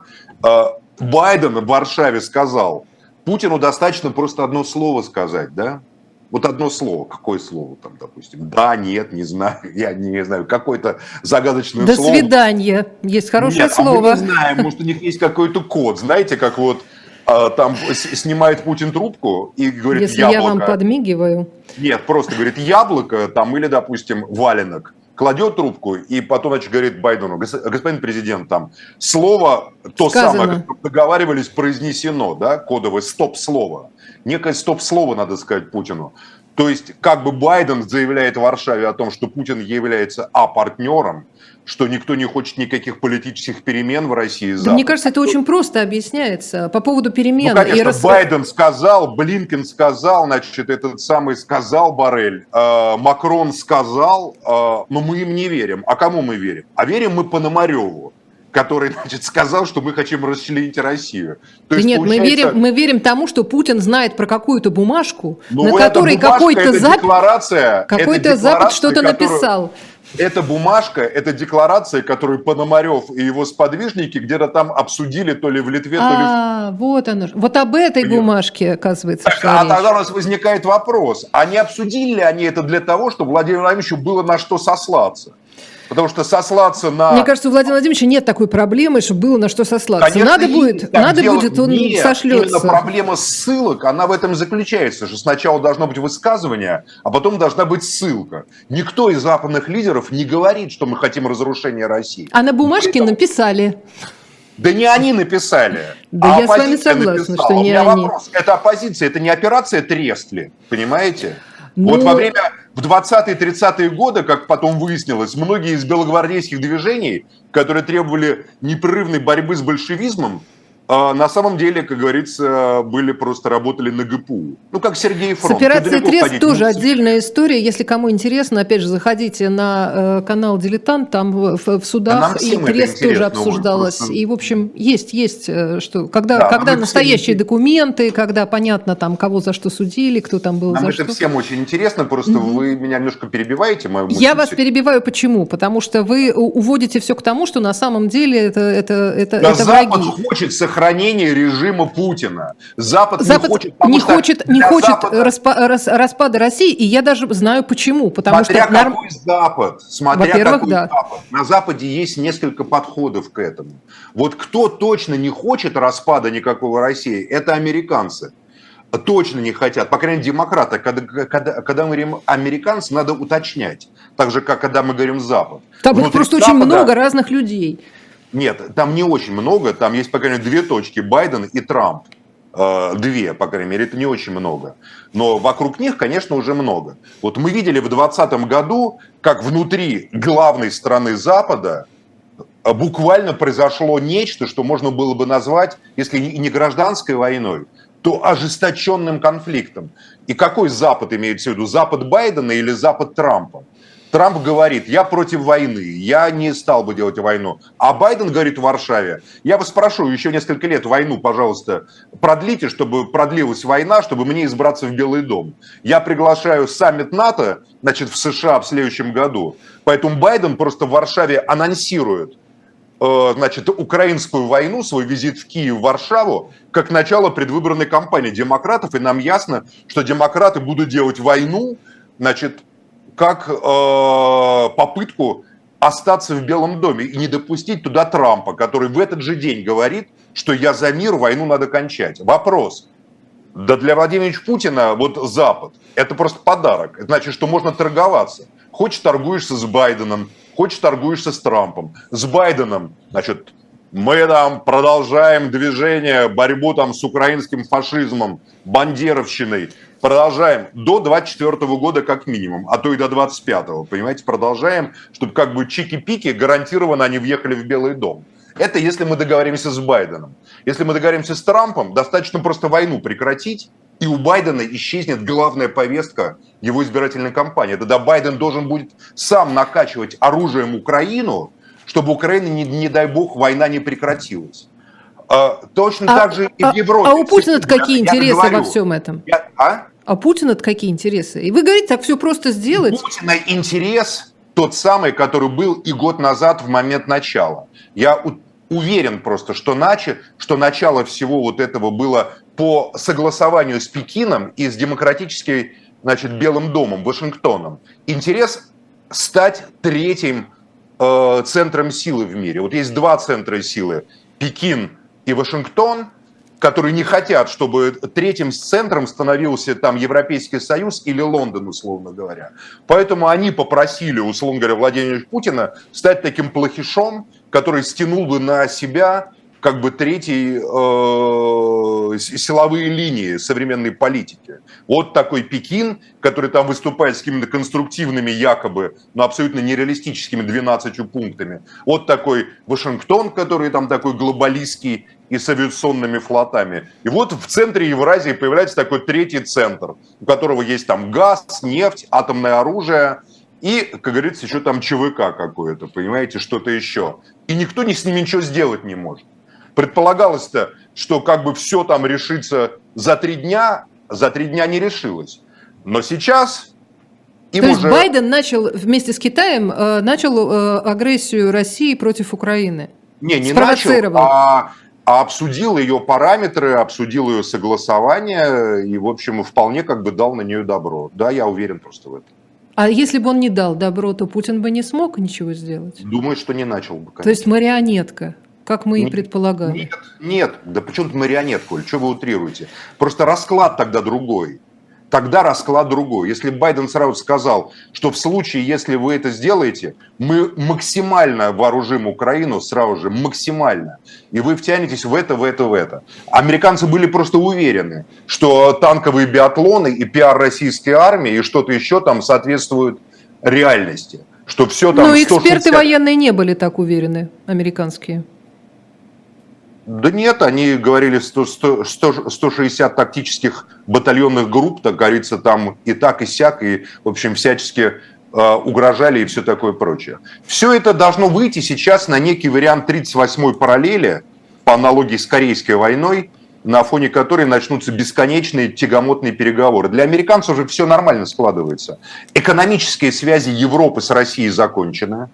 Байден в Варшаве сказал: Путину достаточно просто одно слово сказать, да? Вот одно слово. Какое слово там, допустим? Да, нет, не знаю, я не знаю, какое-то загадочное До слово. До свидания. Есть хорошее нет, слово. А мы не знаем, может, у них есть какой-то код. Знаете, как вот а, там снимает Путин трубку и говорит: если яблоко. Я вам подмигиваю. Нет, просто говорит яблоко там или, допустим, валенок. Кладет трубку и потом, значит, говорит Байдену: господин президент, там слово то Сказано. самое, как договаривались, произнесено, да, кодовое стоп-слово. Некое стоп-слово надо сказать Путину. То есть, как бы Байден заявляет в Варшаве о том, что Путин является а-партнером, что никто не хочет никаких политических перемен в России. Да, мне кажется, это очень просто объясняется по поводу перемен. Ну, конечно, и рас... Байден сказал, Блинкен сказал, значит, этот самый сказал Боррель, э, Макрон сказал, э, но мы им не верим. А кому мы верим? А верим мы Пономареву, который, значит, сказал, что мы хотим расчленить Россию. То да есть, нет, получается... мы, верим, мы верим тому, что Путин знает про какую-то бумажку, ну, на которой какой-то, зап... какой-то Запад что-то которую... написал. Эта бумажка, это декларация, которую Пономарев и его сподвижники где-то там обсудили то ли в Литве, то ли в... А, вот оно. Вот об этой Понятно. бумажке, оказывается, Так, шла а речь. тогда у нас возникает вопрос, а не обсудили ли они это для того, чтобы Владимиру Владимировичу было на что сослаться? Потому что сослаться на... Мне кажется, у Владимира Владимировича нет такой проблемы, чтобы было на что сослаться. Конечно, надо будет, надо дело... будет, он нет, сошлется. Именно проблема ссылок, она в этом заключается, что сначала должно быть высказывание, а потом должна быть ссылка. Никто из западных лидеров не говорит, что мы хотим разрушения России. А на бумажке Это... написали. Да не они написали, да а я с вами согласна, написала. что не У меня они. вопрос, это оппозиция, это не операция Трестли, понимаете? Ну... Вот во время, в двадцатые-тридцатые годы, как потом выяснилось, многие из белогвардейских движений, которые требовали непрерывной борьбы с большевизмом, на самом деле, как говорится, были просто работали на ГПУ. Ну, как Сергей Фронт. С операцией Трест тоже отдельная история. Если кому интересно, опять же, заходите на э, канал «Дилетант», там в, в судах да и Трест тоже обсуждалось. Просто... И, в общем, есть, есть, что когда, да, когда настоящие документы, когда понятно, там, кого за что судили, кто там был нам за это что. Всем очень интересно, просто mm-hmm. вы меня немножко перебиваете. Мою мысль. Я вас перебиваю, почему? Потому что вы уводите все к тому, что на самом деле это, это, это, да это Запад враги. хочет сохранить сохранение режима Путина. Запад, Запад не хочет, не хочет, не хочет Запада... распа- рас, распада России, и я даже знаю почему. Потому смотря что какой Запад, смотря Во-первых, какой да. Запад. На Западе есть несколько подходов к этому. Вот кто точно не хочет распада никакого России, это американцы. Точно не хотят, по крайней мере, демократы. Когда, когда, когда мы говорим американцы, надо уточнять. Так же, как когда мы говорим Запад. Там их просто Запада... очень много разных людей. Нет, там не очень много, там есть, по крайней мере, две точки, Байден и Трамп. Две, по крайней мере, это не очень много. Но вокруг них, конечно, уже много. Вот мы видели в двадцатом году, как внутри главной страны Запада буквально произошло нечто, что можно было бы назвать, если не гражданской войной, то ожесточенным конфликтом. И какой Запад имеется в виду? Запад Байдена или Запад Трампа? Трамп говорит: я против войны, я не стал бы делать войну. А Байден говорит в Варшаве: я вас прошу, еще несколько лет войну, пожалуйста, продлите, чтобы продлилась война, чтобы мне избраться в Белый дом. Я приглашаю саммит НАТО, значит, в США в следующем году. Поэтому Байден просто в Варшаве анонсирует, значит, украинскую войну, свой визит в Киев, в Варшаву, как начало предвыборной кампании демократов. И нам ясно, что демократы будут делать войну, значит, как э, попытку остаться в Белом доме и не допустить туда Трампа, который в этот же день говорит, что я за мир, войну надо кончать. Вопрос. Да для Владимира Ильича Путина вот Запад – это просто подарок. Это значит, что можно торговаться. Хочешь, торгуешься с Байденом, хочешь, торгуешься с Трампом. С Байденом, значит, мы там продолжаем движение, борьбу там с украинским фашизмом, бандеровщиной. Продолжаем до двадцать четвёртого года как минимум, а то и до двадцать пятого, понимаете, продолжаем, чтобы как бы чики-пики гарантированно они въехали в Белый дом. Это если мы договоримся с Байденом. Если мы договоримся с Трампом, достаточно просто войну прекратить, и у Байдена исчезнет главная повестка его избирательной кампании. Тогда Байден должен будет сам накачивать оружием Украину, чтобы Украина, не, не дай бог, война не прекратилась. Точно а, так же и а, в Европе. А у Путина какие я, интересы я во всем этом? Я, а? а Путина какие интересы? И вы говорите, так все просто сделать? У Путина интерес тот самый, который был и год назад в момент начала. Я уверен просто, что, начи, что начало всего вот этого было по согласованию с Пекином и с демократическим, значит, Белым домом, Вашингтоном. Интерес стать третьим э, центром силы в мире. Вот есть два центра силы. Пекин и Вашингтон, которые не хотят, чтобы третьим центром становился там Европейский Союз или Лондон, условно говоря. Поэтому они попросили, условно говоря, Владимира Путина стать таким плохишом, который стянул бы на себя как бы третьи э, силовые линии современной политики. Вот такой Пекин, который там выступает с какими-то конструктивными якобы, но абсолютно нереалистическими двенадцатью пунктами. Вот такой Вашингтон, который там такой глобалистский и с авиационными флотами. И вот в центре Евразии появляется такой третий центр, у которого есть там газ, нефть, атомное оружие и, как говорится, еще там ЧВК какое-то, понимаете, что-то еще. И никто ни с ними ничего сделать не может. Предполагалось-то, что как бы все там решится за три дня, за три дня не решилось. Но сейчас им То уже... есть Байден начал вместе с Китаем э, начал э, агрессию России против Украины? Не, не начал, а, а обсудил ее параметры, обсудил ее согласование и, в общем, вполне как бы дал на нее добро. Да, я уверен просто в этом. А если бы он не дал добро, то Путин бы не смог ничего сделать? Думаю, что не начал бы, конечно. То есть марионетка, как мы и нет, предполагали. Нет, нет, да почему тут марионетка, Коль, что вы утрируете? Просто расклад тогда другой. Тогда расклад другой. Если Байден сразу сказал, что в случае, если вы это сделаете, мы максимально вооружим Украину, сразу же максимально, и вы втянетесь в это, в это, в это. Американцы были просто уверены, что танковые биатлоны и пиар российской армии и что-то еще там соответствуют реальности. Что все там Но сто шестьдесят... эксперты военные не были так уверены, американские. Да нет, они говорили сто, сто, сто шестьдесят тактических батальонных групп, так говорится, там и так, и сяк, и, в общем, всячески э, угрожали и все такое прочее. Все это должно выйти сейчас на некий вариант тридцать восьмой параллели, по аналогии с Корейской войной, на фоне которой начнутся бесконечные тягомотные переговоры. Для американцев же все нормально складывается. Экономические связи Европы с Россией закончены.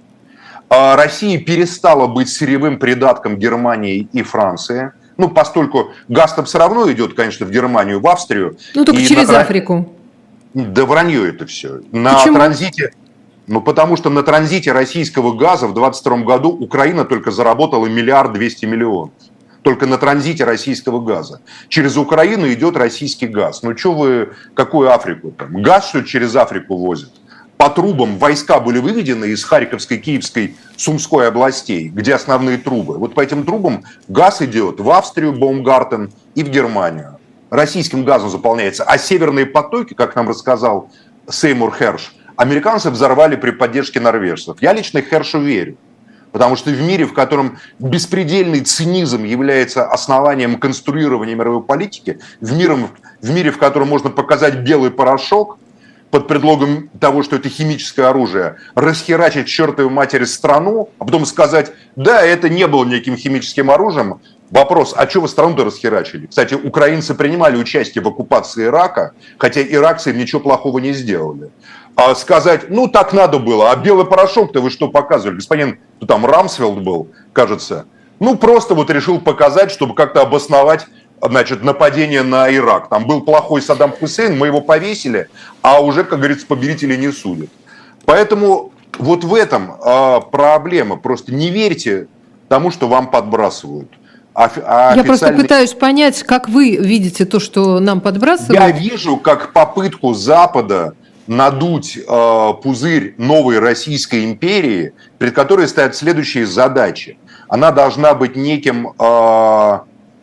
Россия перестала быть сырьевым придатком Германии и Франции. Ну, постольку газ там все равно идет, конечно, в Германию, в Австрию. Ну, только через на... Африку. Да вранье это все. На Почему? транзите... Ну, потому что на транзите российского газа в двадцать втором году Украина только заработала миллиард двести миллионов. Только на транзите российского газа. Через Украину идет российский газ. Ну, что вы, какую Африку там? Газ, что ли, через Африку возят? По трубам войска были выведены из Харьковской, Киевской, Сумской областей, где основные трубы. Вот по этим трубам газ идет в Австрию, Baumgarten, и в Германию. Российским газом заполняется. А северные потоки, как нам рассказал Сеймур Херш, американцы взорвали при поддержке норвежцев. Я лично Хершу верю. Потому что в мире, в котором беспредельный цинизм является основанием конструирования мировой политики, в мире, в мире, в котором можно показать белый порошок, под предлогом того, что это химическое оружие, расхерачить к чертовой матери страну, а потом сказать, да, это не было никаким химическим оружием. Вопрос, а что вы страну-то расхерачили? Кстати, украинцы принимали участие в оккупации Ирака, хотя иракцы им ничего плохого не сделали. А сказать, ну так надо было, а белый порошок-то вы что показывали? Господин, ну, там Рамсфелд был, кажется, ну просто вот решил показать, чтобы как-то обосновать, значит, нападение на Ирак. Там был плохой Саддам Хусейн, мы его повесили, а уже, как говорится, победителей не судят. Поэтому вот в этом а, проблема. Просто не верьте тому, что вам подбрасывают. А, а Я официальный... просто пытаюсь понять, как вы видите то, что нам подбрасывают. Я вижу, как попытку Запада надуть э, пузырь новой Российской империи, перед которой стоят следующие задачи. Она должна быть неким... Э,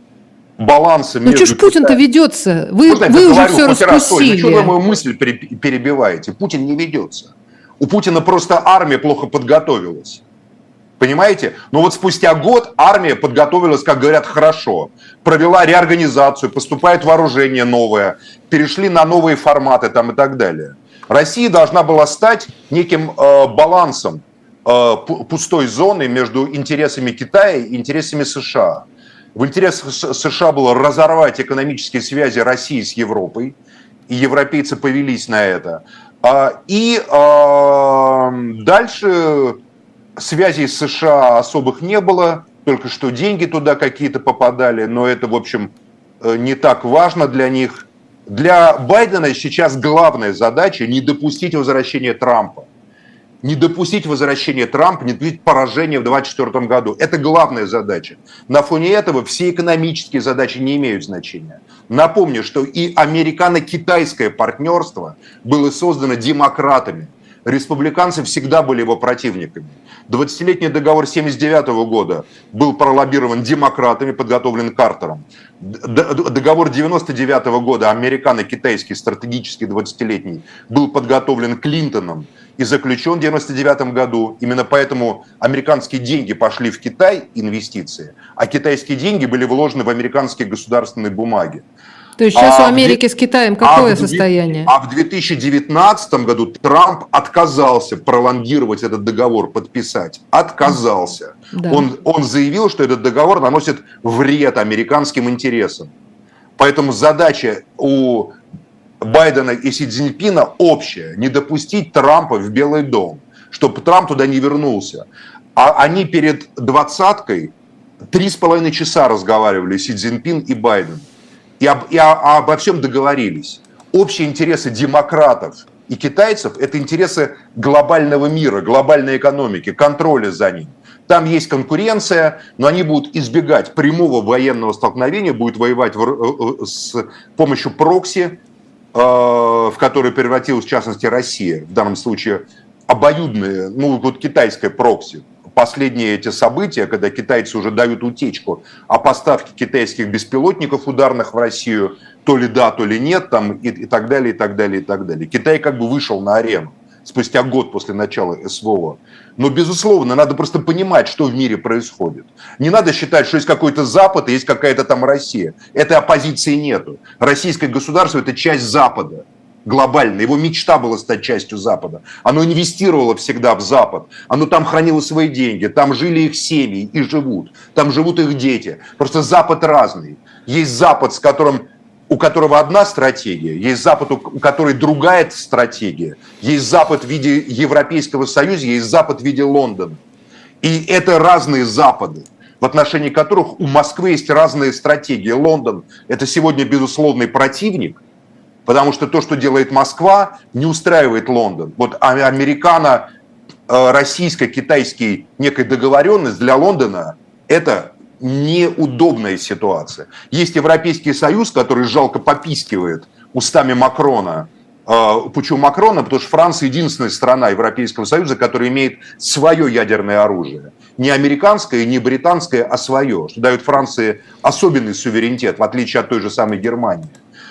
балансом ну между... что ж Путин-то ведется? Вы, Можно вы я уже говорю, все хоть раз, Толь, раскусили. ну что вы мою мысль перебиваете? Путин не ведется. У Путина просто армия плохо подготовилась. Понимаете? Но вот спустя год армия подготовилась, как говорят, хорошо. Провела реорганизацию, поступает вооружение новое, перешли на новые форматы там и так далее. Россия должна была стать неким э, балансом э, пустой зоны между интересами Китая и интересами США. В интересах США было разорвать экономические связи России с Европой, и европейцы повелись на это. И дальше связей с США особых не было, только что деньги туда какие-то попадали, но это, в общем, не так важно для них. Для Байдена сейчас главная задача не допустить возвращения Трампа. Не допустить возвращения Трампа, не допустить поражения в две тысячи двадцать четвёртом году. Это главная задача. На фоне этого все экономические задачи не имеют значения. Напомню, что и американо-китайское партнерство было создано демократами. Республиканцы всегда были его противниками. двадцатилетний договор семьдесят девятого года был пролоббирован демократами, подготовлен Картером. Договор девяносто девятого года, американо-китайский, стратегический двадцатилетний, был подготовлен Клинтоном и заключен в девяносто девятом году. Именно поэтому американские деньги пошли в Китай, инвестиции, а китайские деньги были вложены в американские государственные бумаги. То есть сейчас а у Америки в... с Китаем какое а состояние? А в две тысячи девятнадцатом году Трамп отказался пролонгировать этот договор, подписать. Отказался. Да. Он, он заявил, что этот договор наносит вред американским интересам. Поэтому задача у Байдена и Си Цзиньпина общая. Не допустить Трампа в Белый дом, чтобы Трамп туда не вернулся. А они перед двадцаткой три с половиной часа разговаривали, Си Цзиньпин и Байден. И, об, и о, обо всем договорились. Общие интересы демократов и китайцев – это интересы глобального мира, глобальной экономики, контроля за ним. Там есть конкуренция, но они будут избегать прямого военного столкновения, будут воевать в, с помощью прокси, э, в который превратилась, в частности, Россия. В данном случае обоюдные, ну вот китайское прокси. Последние эти события, когда китайцы уже дают утечку о поставке китайских беспилотников ударных в Россию, то ли да, то ли нет, там, и, и так далее, и так далее, и так далее. Китай как бы вышел на арену спустя год после начала СВО. Но, безусловно, надо просто понимать, что в мире происходит. Не надо считать, что есть какой-то Запад и есть какая-то там Россия. Этой оппозиции нету. Российское государство – это часть Запада. Глобально. Его мечта была стать частью Запада. Оно инвестировало всегда в Запад. Оно там хранило свои деньги. Там жили их семьи и живут. Там живут их дети. Просто Запад разный. Есть Запад, с которым, у которого одна стратегия. Есть Запад, у которой другая стратегия. Есть Запад в виде Европейского Союза. Есть Запад в виде Лондона. И это разные Запады, в отношении которых у Москвы есть разные стратегии. Лондон – это сегодня безусловный противник. Потому что то, что делает Москва, не устраивает Лондон. Вот американо-российско-китайский некая договоренность для Лондона – это неудобная ситуация. Есть Европейский Союз, который жалко попискивает устами Макрона, почему Макрона? Потому что Франция единственная страна Европейского Союза, которая имеет свое ядерное оружие. Не американское, не британское, а свое. Что дает Франции особенный суверенитет, в отличие от той же самой Германии.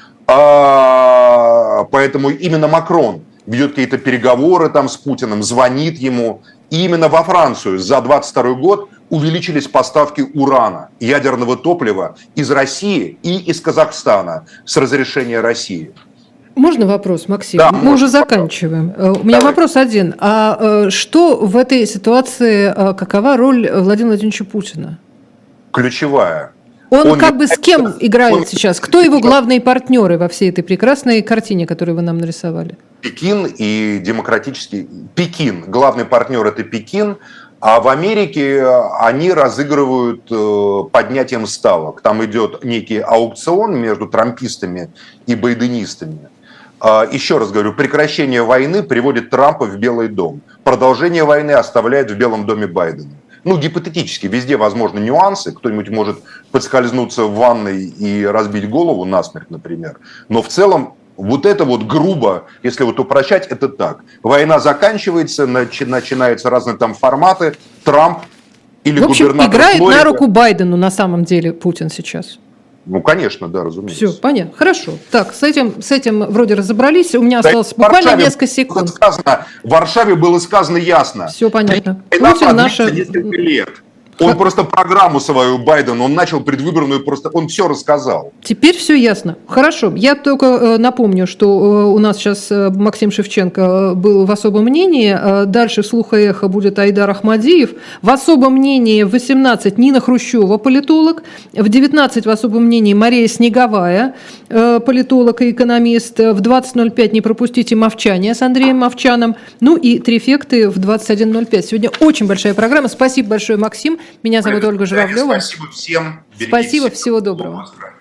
А, поэтому именно Макрон ведет какие-то переговоры там с Путиным, звонит ему. И именно во Францию за двадцать второй год увеличились поставки урана, ядерного топлива из России и из Казахстана с разрешения России. Можно вопрос, Максим? Да, Мы можно. уже заканчиваем. У меня Давай. вопрос один. А что в этой ситуации, какова роль Владимира Владимировича Путина? Ключевая. Он, он как бы с кем играет он... сейчас? Кто его главные партнеры во всей этой прекрасной картине, которую вы нам нарисовали? Пекин и демократический... Пекин. Главный партнер – это Пекин. А в Америке они разыгрывают поднятием ставок. Там идет некий аукцион между трампистами и байденистами. Еще раз говорю, прекращение войны приводит Трампа в Белый дом. Продолжение войны оставляет в Белом доме Байдена. Ну, гипотетически, везде возможны нюансы. Кто-нибудь может подскользнуться в ванной и разбить голову насмерть, например. Но в целом, вот это вот грубо, если вот упрощать, это так. Война заканчивается, начи- начинаются разные там форматы. Трамп или в общем, губернатор играет Флориды. на руку Байдену на самом деле Путин сейчас. Ну, конечно, да, разумеется. Все, понятно. Хорошо. Так, с этим, с этим вроде разобрались. У меня Да, осталось в буквально Варшаве несколько секунд. Сказано, в Варшаве было сказано ясно. Все понятно. Война Путин наша... несколько лет. Он просто программу свою Байден, он начал предвыборную, просто он все рассказал. Теперь все ясно. Хорошо. Я только напомню, что у нас сейчас Максим Шевченко был в особом мнении. Дальше вслух и эхо будет Айдар Ахмадиев. В особом мнении в восемнадцать Нина Хрущева, политолог. В девятнадцать в особом мнении Мария Снеговая, политолог и экономист. В двадцать ноль пять не пропустите «Мовчание» с Андреем Мовчаном. Ну и «Трефекты» в двадцать один ноль пять. Сегодня очень большая программа. Спасибо большое, Максим. Меня зовут Ольга Журавлева. Спасибо всем. Спасибо, всего доброго.